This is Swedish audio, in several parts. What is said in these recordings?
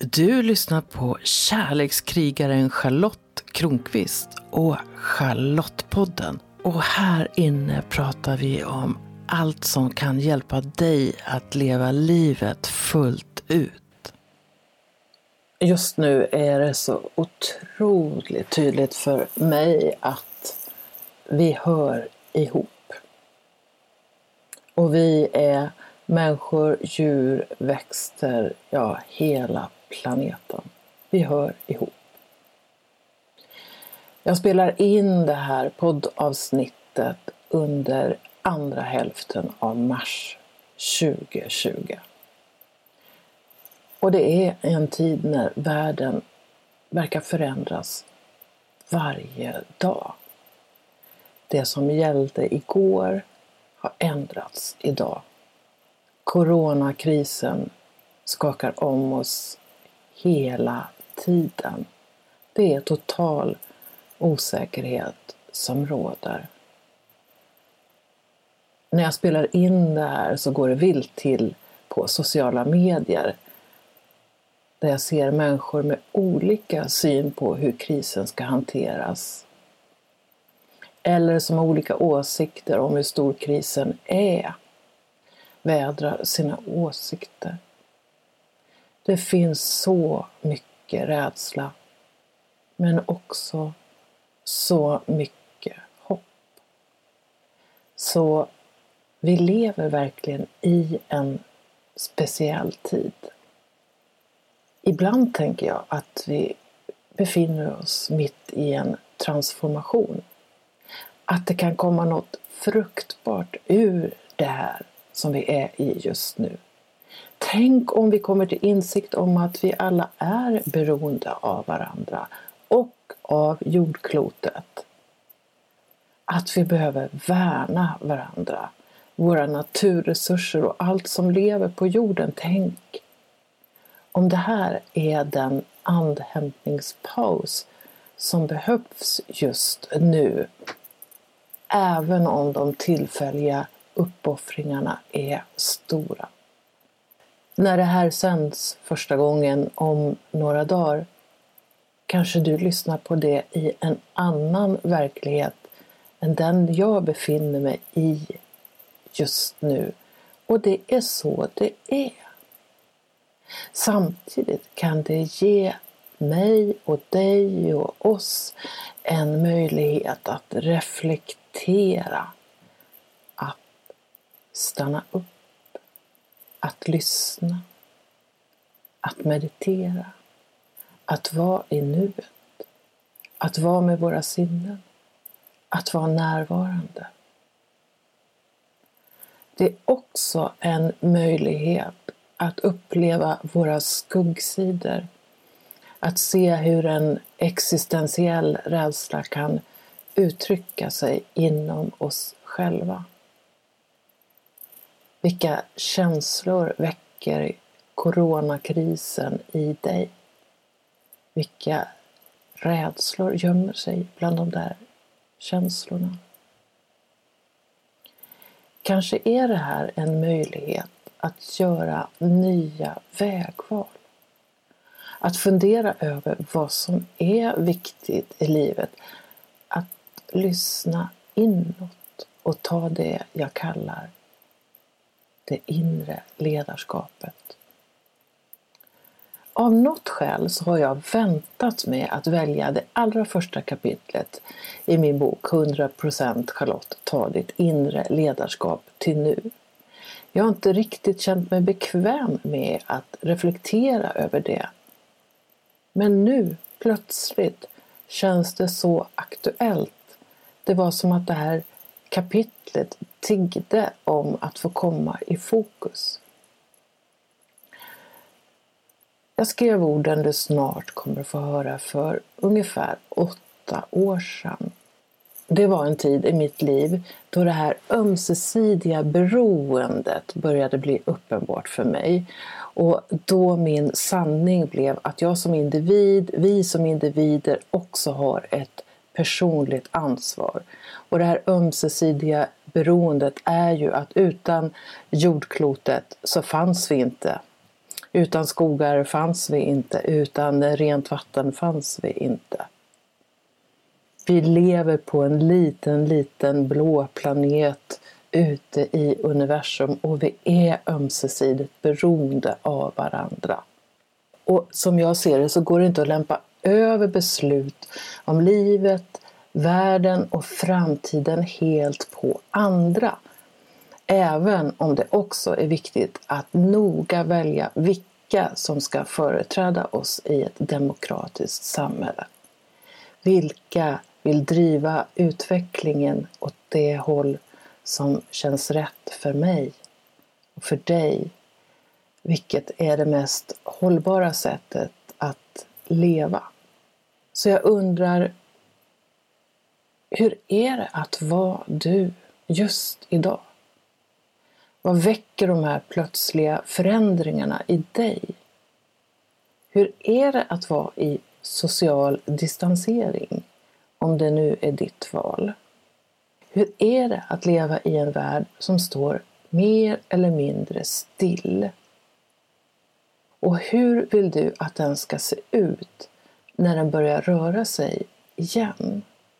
Du lyssnar på kärlekskrigaren Charlotte Kronqvist och Charlottepodden. Och här inne pratar vi om allt som kan hjälpa dig att leva livet fullt ut. Just nu är det så otroligt tydligt för mig att vi hör ihop. Och vi är människor, djur, växter, ja, hela planeten. Vi hör ihop. Jag spelar in det här poddavsnittet under andra hälften av mars 2020. Och det är en tid när världen verkar förändras varje dag. Det som gällde igår har ändrats idag. Coronakrisen skakar om oss hela tiden. Det är total osäkerhet som råder. När jag spelar in det här så går det vilt till på sociala medier. Där jag ser människor med olika syn på hur krisen ska hanteras. Eller som har olika åsikter om hur stor krisen är. Vädrar sina åsikter. Det finns så mycket rädsla. Men också så mycket hopp. Så vi lever verkligen i en speciell tid. Ibland tänker jag att vi befinner oss mitt i en transformation. Att det kan komma något fruktbart ur det här som vi är i just nu. Tänk om vi kommer till insikt om att vi alla är beroende av varandra och av jordklotet. Att vi behöver värna varandra, våra naturresurser och allt som lever på jorden. Tänk om det här är den andhämtningspaus som behövs just nu. Även om de tillfälliga uppoffringarna är stora. När det här sänds första gången om några dagar kanske du lyssnar på det i en annan verklighet än den jag befinner mig i just nu. Och det är så det är. Samtidigt kan det ge mig och dig och oss en möjlighet att reflektera, att stanna upp, att lyssna, att meditera, att vara i nuet, att vara med våra sinnen, att vara närvarande. Det är också en möjlighet att uppleva våra skuggsidor, att se hur en existentiell rädsla kan uttrycka sig inom oss själva. Vilka känslor väcker coronakrisen i dig? Vilka rädslor gömmer sig bland de där känslorna? Kanske är det här en möjlighet att göra nya vägval. Att fundera över vad som är viktigt i livet. Att lyssna inåt och ta det jag kallar det inre ledarskapet. Av något skäl så har jag väntat med att välja det allra första kapitlet i min bok 100% Charlotte, ta ditt inre ledarskap till nu. Jag har inte riktigt känt mig bekväm med att reflektera över det. Men nu plötsligt känns det så aktuellt. Det var som att det här kapitlet tiggde om att få komma i fokus. Jag skrev orden du snart kommer att få höra för ungefär 8 år sedan. Det var en tid i mitt liv då det här ömsesidiga beroendet började bli uppenbart för mig. Och då min sanning blev att jag som individ, vi som individer också har ett personligt ansvar. Och det här ömsesidiga beroendet är ju att utan jordklotet så fanns vi inte. Utan skogar fanns vi inte, utan rent vatten fanns vi inte. Vi lever på en liten blå planet ute i universum och vi är ömsesidigt beroende av varandra. Och som jag ser det så går det inte att lämpa över beslut om livet, världen och framtiden helt på andra. Även om det också är viktigt att noga välja vilka som ska företräda oss i ett demokratiskt samhälle. Vilka vill driva utvecklingen åt det håll som känns rätt för mig och för dig? Vilket är det mest hållbara sättet att leva? Så jag undrar, hur är det att vara du just idag? Vad väcker de här plötsliga förändringarna i dig? Hur är det att vara i social distansering, om det nu är ditt val? Hur är det att leva i en värld som står mer eller mindre still? Och hur vill du att den ska se ut när den börjar röra sig igen?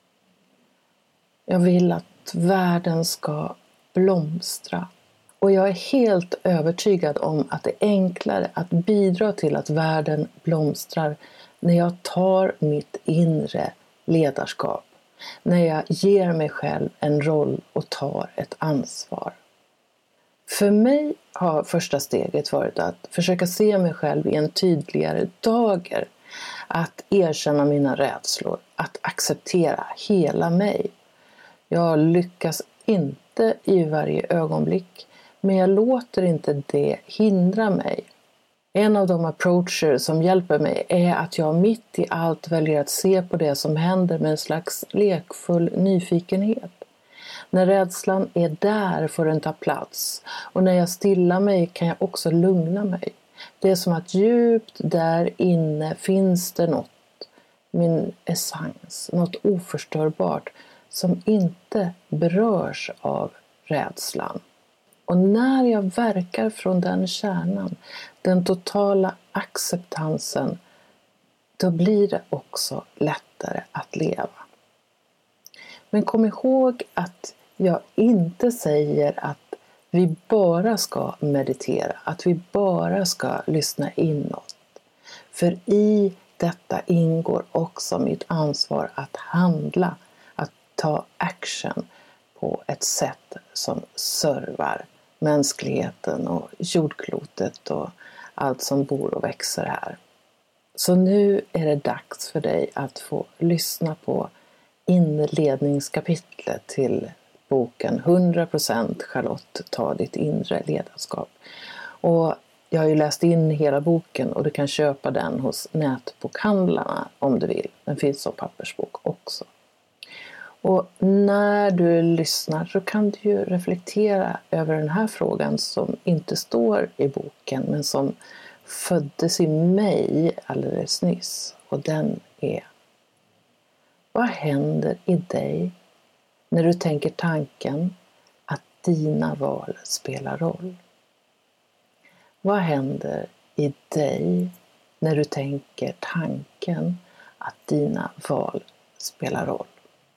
Jag vill att världen ska blomstra. Och jag är helt övertygad om att det är enklare att bidra till att världen blomstrar när jag tar mitt inre ledarskap. När jag ger mig själv en roll och tar ett ansvar. För mig har första steget varit att försöka se mig själv i en tydligare dager. Att erkänna mina rädslor. Att acceptera hela mig. Jag lyckas inte i varje ögonblick. Men jag låter inte det hindra mig. En av de approacher som hjälper mig är att jag mitt i allt väljer att se på det som händer med en slags lekfull nyfikenhet. När rädslan är där får den ta plats. Och när jag stillar mig kan jag också lugna mig. Det är som att djupt där inne finns det något. Min essens, något oförstörbart som inte berörs av rädslan. Och när jag verkar från den kärnan, den totala acceptansen, då blir det också lättare att leva. Men kom ihåg att jag inte säger att vi bara ska meditera, att vi bara ska lyssna inåt. För i detta ingår också mitt ansvar att handla, att ta action på ett sätt som servar mänskligheten och jordklotet och allt som bor och växer här. Så nu är det dags för dig att få lyssna på inledningskapitlet till boken 100% Charlotte, ta ditt inre ledarskap. Och jag har ju läst in hela boken och du kan köpa den hos nätbokhandlarna om du vill. Den finns som pappersbok också. Och när du lyssnar så kan du ju reflektera över den här frågan som inte står i boken men som föddes i mig alldeles nyss. Och den är: vad händer i dig när du tänker tanken att dina val spelar roll? Vad händer i dig när du tänker tanken att dina val spelar roll?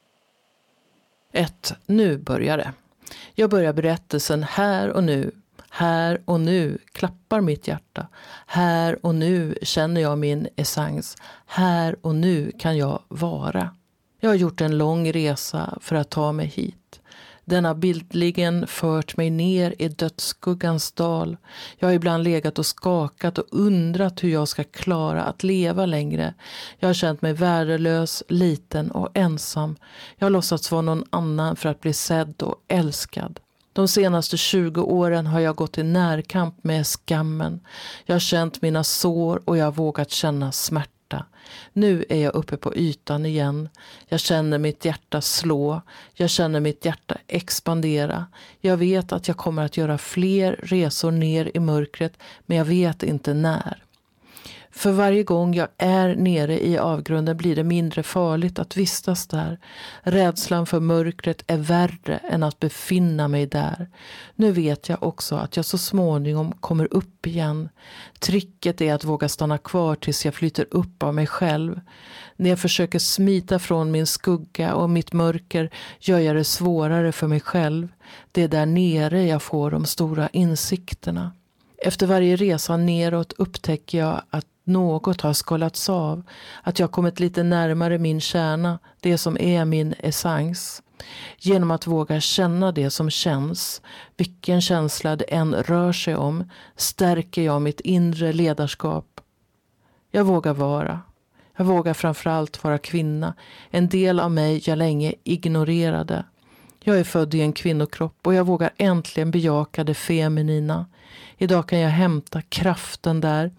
1. Nu börjar det. Jag börjar berättelsen här och nu. Här och nu klappar mitt hjärta. Här och nu känner jag min essens. Här och nu kan jag vara. Jag har gjort en lång resa för att ta mig hit. Den har bildligen fört mig ner i dödsskuggans dal. Jag har ibland legat och skakat och undrat hur jag ska klara att leva längre. Jag har känt mig värdelös, liten och ensam. Jag har låtsats vara någon annan för att bli sedd och älskad. De senaste 20 åren har jag gått i närkamp med skammen. Jag har känt mina sår och jag har vågat känna smärta. Nu är jag uppe på ytan igen. Jag känner mitt hjärta slå. Jag känner mitt hjärta expandera. Jag vet att jag kommer att göra fler resor ner i mörkret, men jag vet inte när. För varje gång jag är nere i avgrunden blir det mindre farligt att vistas där. Rädslan för mörkret är värre än att befinna mig där. Nu vet jag också att jag så småningom kommer upp igen. Tricket är att våga stanna kvar tills jag flyter upp av mig själv. När jag försöker smita från min skugga och mitt mörker gör jag det svårare för mig själv. Det är där nere jag får de stora insikterna. Efter varje resa neråt upptäcker jag att något har skållats av. Att jag kommit lite närmare min kärna, det som är min essens. Genom att våga känna det som känns, vilken känsla det än rör sig om, stärker jag mitt inre ledarskap. Jag vågar vara. Jag vågar framförallt vara kvinna, en del av mig jag länge ignorerade. Jag är född i en kvinnokropp och jag vågar äntligen bejaka det feminina. Idag kan jag hämta kraften där.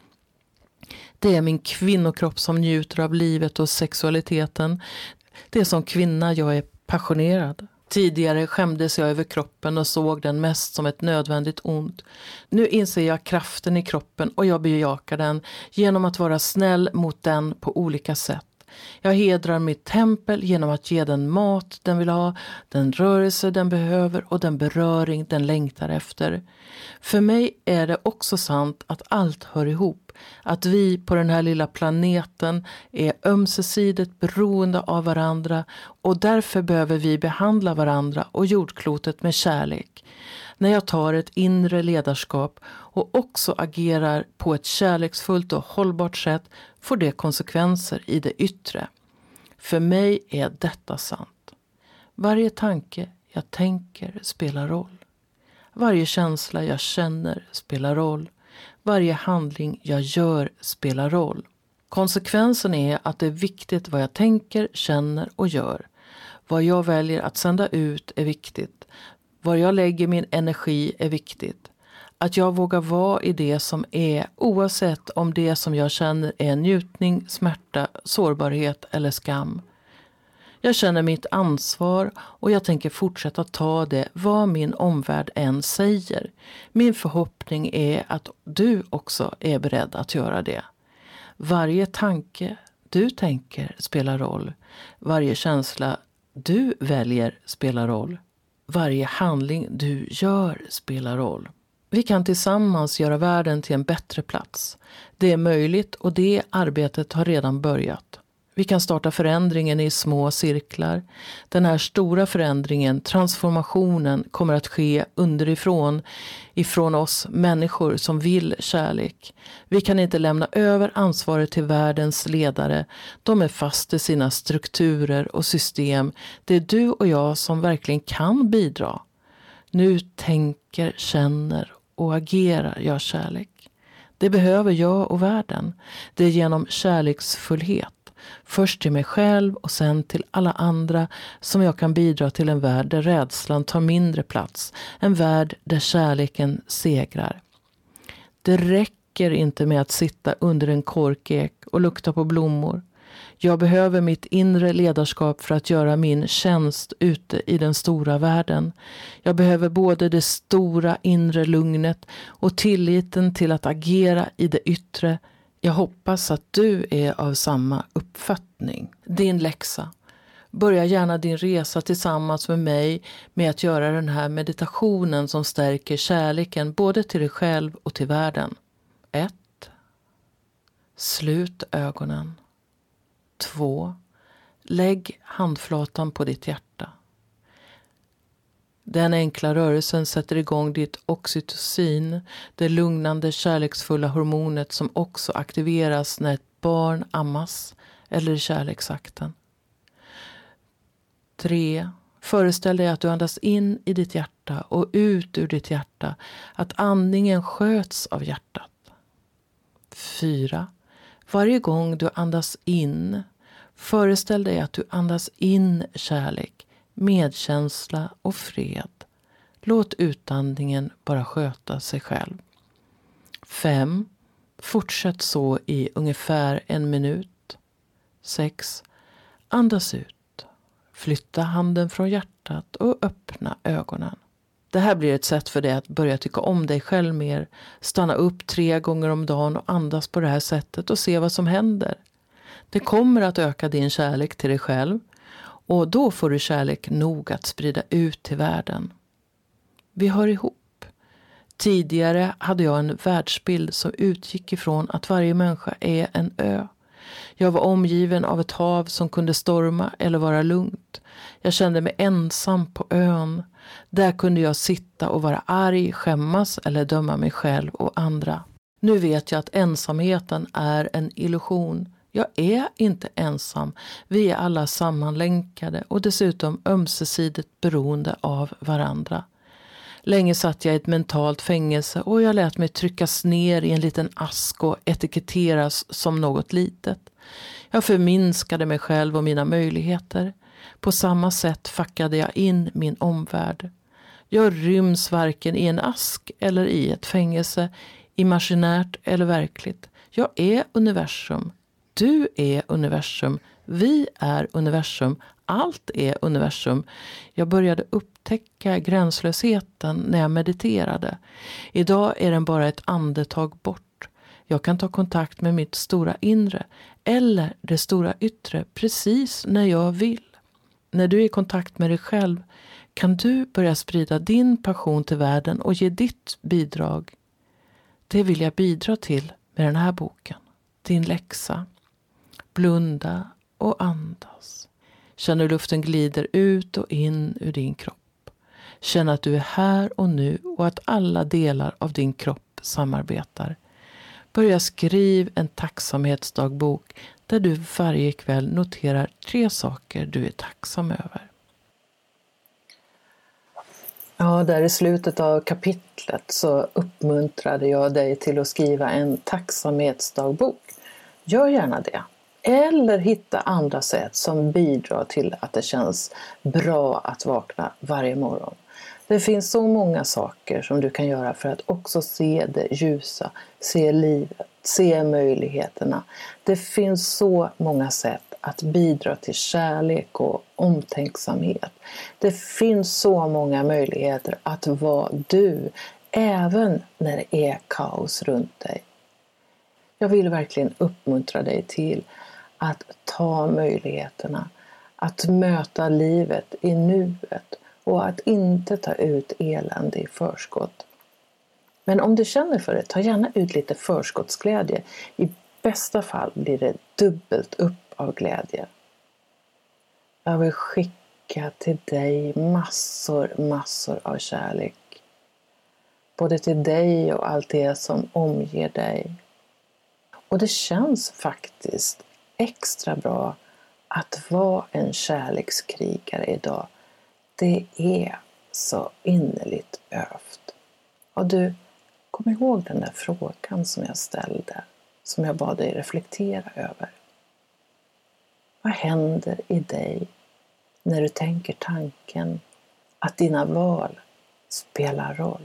Det är min kvinnokropp som njuter av livet och sexualiteten. Det är som kvinna jag är passionerad. Tidigare skämdes jag över kroppen och såg den mest som ett nödvändigt ont. Nu inser jag kraften i kroppen och jag bejakar den genom att vara snäll mot den på olika sätt. Jag hedrar mitt tempel genom att ge den mat den vill ha, den rörelse den behöver och den beröring den längtar efter. För mig är det också sant att allt hör ihop. Att vi på den här lilla planeten är ömsesidigt beroende av varandra och därför behöver vi behandla varandra och jordklotet med kärlek. När jag tar ett inre ledarskap och också agerar på ett kärleksfullt och hållbart sätt får det konsekvenser i det yttre. För mig är detta sant. Varje tanke jag tänker spelar roll. Varje känsla jag känner spelar roll. Varje handling jag gör spelar roll. Konsekvensen är att det är viktigt vad jag tänker, känner och gör. Vad jag väljer att sända ut är viktigt. Var jag lägger min energi är viktigt. Att jag vågar vara i det som är oavsett om det som jag känner är njutning, smärta, sårbarhet eller skam. Jag känner mitt ansvar och jag tänker fortsätta ta det vad min omvärld än säger. Min förhoppning är att du också är beredd att göra det. Varje tanke du tänker spelar roll. Varje känsla du väljer spelar roll. Varje handling du gör spelar roll. Vi kan tillsammans göra världen till en bättre plats. Det är möjligt och det arbetet har redan börjat. Vi kan starta förändringen i små cirklar. Den här stora förändringen, transformationen, kommer att ske underifrån, ifrån oss människor som vill kärlek. Vi kan inte lämna över ansvaret till världens ledare. De är fast i sina strukturer och system. Det är du och jag som verkligen kan bidra. Nu tänker, känner och agerar jag kärlek. Det behöver jag och världen. Det är genom kärleksfullhet. Först till mig själv och sen till alla andra som jag kan bidra till en värld där rädslan tar mindre plats. En värld där kärleken segrar. Det räcker inte med att sitta under en korkek och lukta på blommor. Jag behöver mitt inre ledarskap för att göra min tjänst ute i den stora världen. Jag behöver både det stora inre lugnet och tilliten till att agera i det yttre. Jag hoppas att du är av samma uppfattning. Din läxa. Börja gärna din resa tillsammans med mig med att göra den här meditationen som stärker kärleken både till dig själv och till världen. 1. Slut ögonen. 2. Lägg handflatan på ditt hjärta. Den enkla rörelsen sätter igång ditt oxytocin, det lugnande kärleksfulla hormonet som också aktiveras när ett barn ammas eller i kärleksakten. 3. Föreställ dig att du andas in i ditt hjärta och ut ur ditt hjärta, att andningen sköts av hjärtat. 4. Varje gång du andas in, föreställ dig att du andas in kärlek, medkänsla och fred. Låt utandningen bara sköta sig själv. 5. Fortsätt så i ungefär 1 minut. 6. Andas ut. Flytta handen från hjärtat och öppna ögonen. Det här blir ett sätt för dig att börja tycka om dig själv mer. Stanna upp 3 gånger om dagen och andas på det här sättet och se vad som händer. Det kommer att öka din kärlek till dig själv och då får du kärlek nog att sprida ut till världen. Vi hör ihop. Tidigare hade jag en världsbild som utgick ifrån att varje människa är en ö. Jag var omgiven av ett hav som kunde storma eller vara lugnt. Jag kände mig ensam på ön. Där kunde jag sitta och vara arg, skämmas eller döma mig själv och andra. Nu vet jag att ensamheten är en illusion. Jag är inte ensam. Vi är alla sammanlänkade och dessutom ömsesidigt beroende av varandra. Länge satt jag i ett mentalt fängelse och jag lät mig tryckas ner i en liten ask och etiketteras som något litet. Jag förminskade mig själv och mina möjligheter. På samma sätt fackade jag in min omvärld. Jag ryms varken i en ask eller i ett fängelse, imaginärt eller verkligt. Jag är universum. Du är universum. Vi är universum. Allt är universum. Jag började upptäcka gränslösheten när jag mediterade. Idag är den bara ett andetag bort. Jag kan ta kontakt med mitt stora inre eller det stora yttre precis när jag vill. När du är i kontakt med dig själv kan du börja sprida din passion till världen och ge ditt bidrag. Det vill jag bidra till med den här boken. Din läxa. Blunda och andas. Känn hur luften glider ut och in ur din kropp. Känn att du är här och nu och att alla delar av din kropp samarbetar. Börja skriv en tacksamhetsdagbok där du varje kväll noterar 3 saker du är tacksam över. Ja, där i slutet av kapitlet så uppmuntrade jag dig till att skriva en tacksamhetsdagbok. Gör gärna det. Eller hitta andra sätt som bidrar till att det känns bra att vakna varje morgon. Det finns så många saker som du kan göra för att också se det ljusa, se livet, se möjligheterna. Det finns så många sätt att bidra till kärlek och omtänksamhet. Det finns så många möjligheter att vara du, även när det är kaos runt dig. Jag vill verkligen uppmuntra dig till att ta möjligheterna, att möta livet i nuet och att inte ta ut elände i förskott. Men om du känner för det, ta gärna ut lite förskottsglädje. I bästa fall blir det dubbelt upp av glädje. Jag vill skicka till dig massor av kärlek. Både till dig och allt det som omger dig. Och det känns faktiskt extra bra att vara en kärlekskrigare idag. Det är så innerligt behövt. Och du, kom ihåg den där frågan som jag ställde, som jag bad dig reflektera över. Vad händer i dig när du tänker tanken att dina val spelar roll?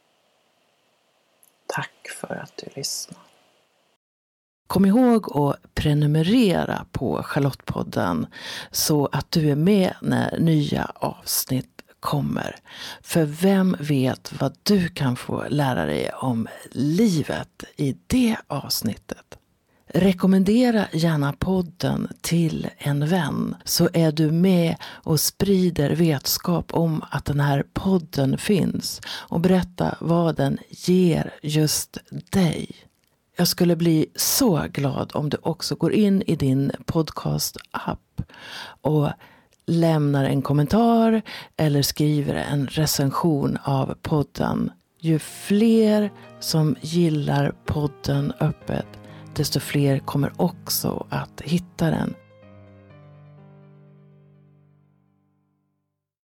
Tack för att du lyssnar. Kom ihåg att prenumerera på Charlottepodden så att du är med när nya avsnitt kommer. För vem vet vad du kan få lära dig om livet i det avsnittet. Rekommendera gärna podden till en vän så är du med och sprider vetskap om att den här podden finns och berätta vad den ger just dig. Jag skulle bli så glad om du också går in i din podcast-app och lämnar en kommentar eller skriver en recension av podden. Ju fler som gillar podden öppet, desto fler kommer också att hitta den.